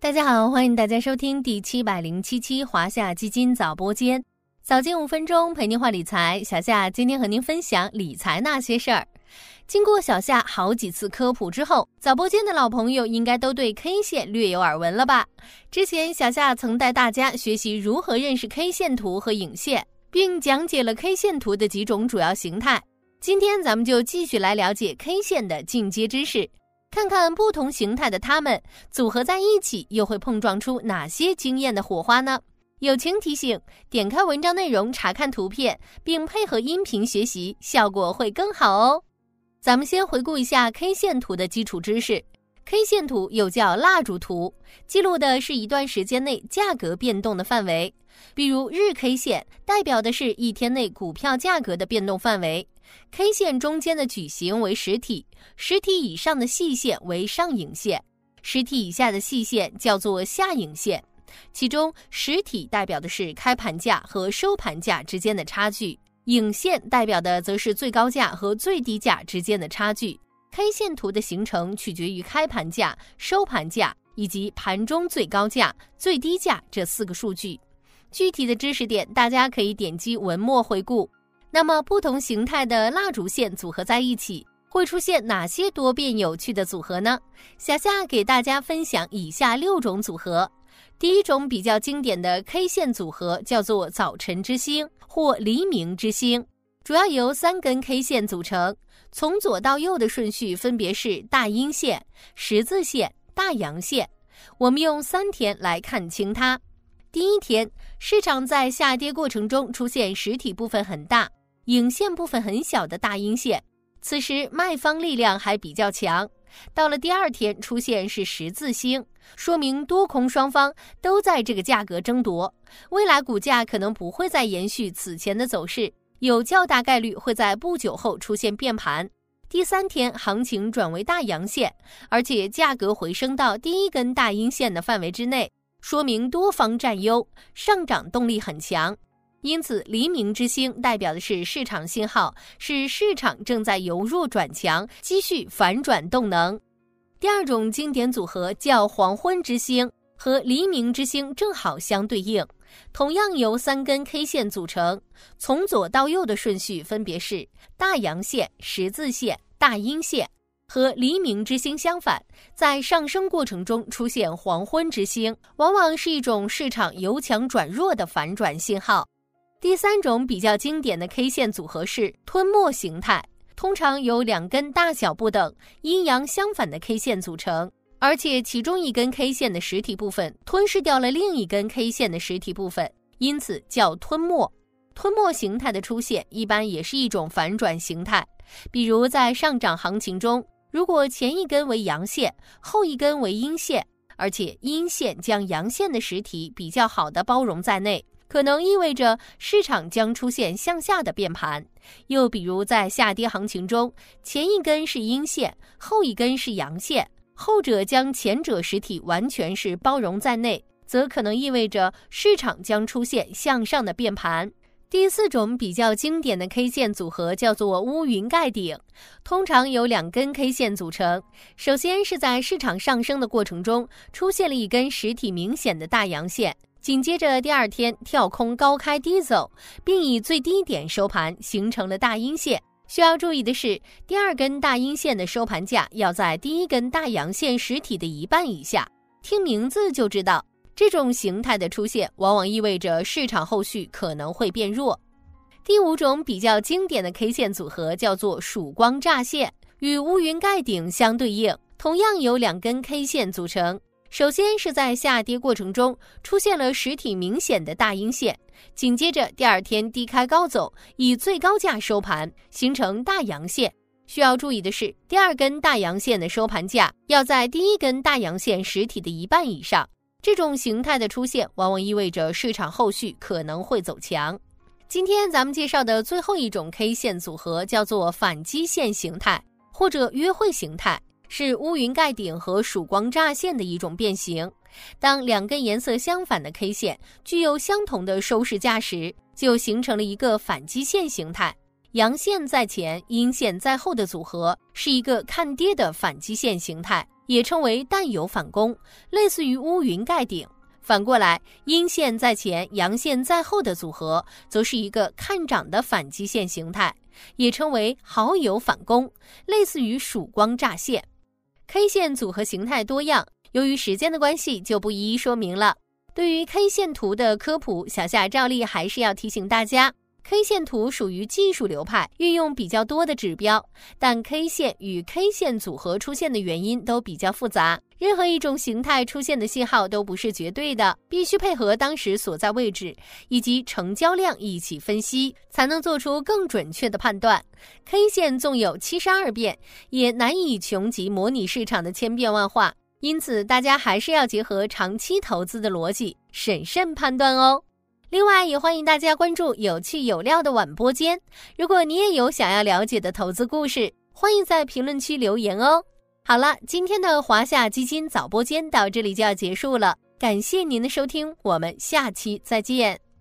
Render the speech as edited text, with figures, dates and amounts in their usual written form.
大家好，欢迎大家收听第707期华夏基金早播间，早间5分钟陪您话理财。小夏今天和您分享理财那些事儿。经过小夏好几次科普之后，早播间的老朋友应该都对 K 线略有耳闻了吧？之前小夏曾带大家学习如何认识 K 线图和影线，并讲解了 K 线图的几种主要形态。今天咱们就继续来了解 K 线的进阶知识，看看不同形态的它们组合在一起又会碰撞出哪些惊艳的火花呢？友情提醒，点开文章内容查看图片，并配合音频学习，效果会更好哦。咱们先回顾一下 K 线图的基础知识。K 线图又叫蜡烛图，记录的是一段时间内价格变动的范围。比如日 K 线代表的是一天内股票价格的变动范围， K 线中间的矩形为实体，实体以上的细线为上影线，实体以下的细线叫做下影线。其中实体代表的是开盘价和收盘价之间的差距，影线代表的则是最高价和最低价之间的差距。 K 线图的形成取决于开盘价、收盘价以及盘中最高价、最低价这4个数据。具体的知识点大家可以点击文末回顾。那么不同形态的蜡烛线组合在一起会出现哪些多变有趣的组合呢？小夏给大家分享以下6种组合。第一种比较经典的 K 线组合叫做早晨之星或黎明之星，主要由3根 K 线组成，从左到右的顺序分别是大阴线、十字线、大阳线。我们用3天来看清它。第一天，市场在下跌过程中出现实体部分很大、影线部分很小的大阴线，此时卖方力量还比较强。到了第2天出现是十字星，说明多空双方都在这个价格争夺，未来股价可能不会再延续此前的走势，有较大概率会在不久后出现变盘。第3天行情转为大阳线，而且价格回升到第1根大阴线的范围之内，说明多方占优，上涨动力很强。因此黎明之星代表的是市场信号，是市场正在由弱转强，继续反转动能。第2种经典组合叫黄昏之星，和黎明之星正好相对应，同样由3根 K 线组成，从左到右的顺序分别是大阳线、十字线、大阴线。和黎明之星相反，在上升过程中出现黄昏之星，往往是一种市场由强转弱的反转信号。第3种比较经典的 K 线组合是吞没形态，通常由2根大小不等、阴阳相反的 K 线组成，而且其中一根 K 线的实体部分吞噬掉了另一根 K 线的实体部分，因此叫吞没。吞没形态的出现一般也是一种反转形态，比如在上涨行情中，如果前一根为阳线，后一根为阴线，而且阴线将阳线的实体比较好的包容在内，可能意味着市场将出现向下的变盘。又比如在下跌行情中，前一根是阴线，后一根是阳线，后者将前者实体完全是包容在内，则可能意味着市场将出现向上的变盘。第4种比较经典的 K 线组合叫做乌云盖顶，通常由2根 K 线组成。首先是在市场上升的过程中出现了一根实体明显的大阳线，紧接着第2天跳空高开低走，并以最低点收盘，形成了大阴线。需要注意的是，第2根大阴线的收盘价要在第1根大阳线实体的1半以下。听名字就知道，这种形态的出现往往意味着市场后续可能会变弱。第5种比较经典的 K 线组合叫做曙光乍现，与乌云盖顶相对应，同样由2根 K 线组成。首先是在下跌过程中出现了实体明显的大阴线，紧接着第2天低开高走，以最高价收盘，形成大阳线。需要注意的是，第2根大阳线的收盘价要在第1根大阳线实体的1半以上。这种形态的出现往往意味着市场后续可能会走强。今天咱们介绍的最后一种 K 线组合叫做反击线形态或者约会形态，是乌云盖顶和曙光乍现的一种变形。当2根颜色相反的 K 线具有相同的收市价时，就形成了一个反击线形态。阳线在前，阴线在后的组合是一个看跌的反击线形态。 也称为淡有反攻，类似于乌云盖顶。反过来，阴线在前，阳线在后的组合，则是一个看涨的反基线形态，也称为好有反攻，类似于曙光乍现。K 线组合形态多样，由于时间的关系，就不一一说明了。对于 K 线图的科普，小夏照例还是要提醒大家，K 线图属于技术流派，运用比较多的指标，但 K 线与 K 线组合出现的原因都比较复杂，任何一种形态出现的信号都不是绝对的，必须配合当时所在位置以及成交量一起分析，才能做出更准确的判断。K 线纵有72变，也难以穷极模拟市场的千变万化，因此大家还是要结合长期投资的逻辑，审慎判断哦。另外，也欢迎大家关注有趣有料的晚播间。如果你也有想要了解的投资故事，欢迎在评论区留言哦。好了，今天的华夏基金早播间到这里就要结束了，感谢您的收听，我们下期再见。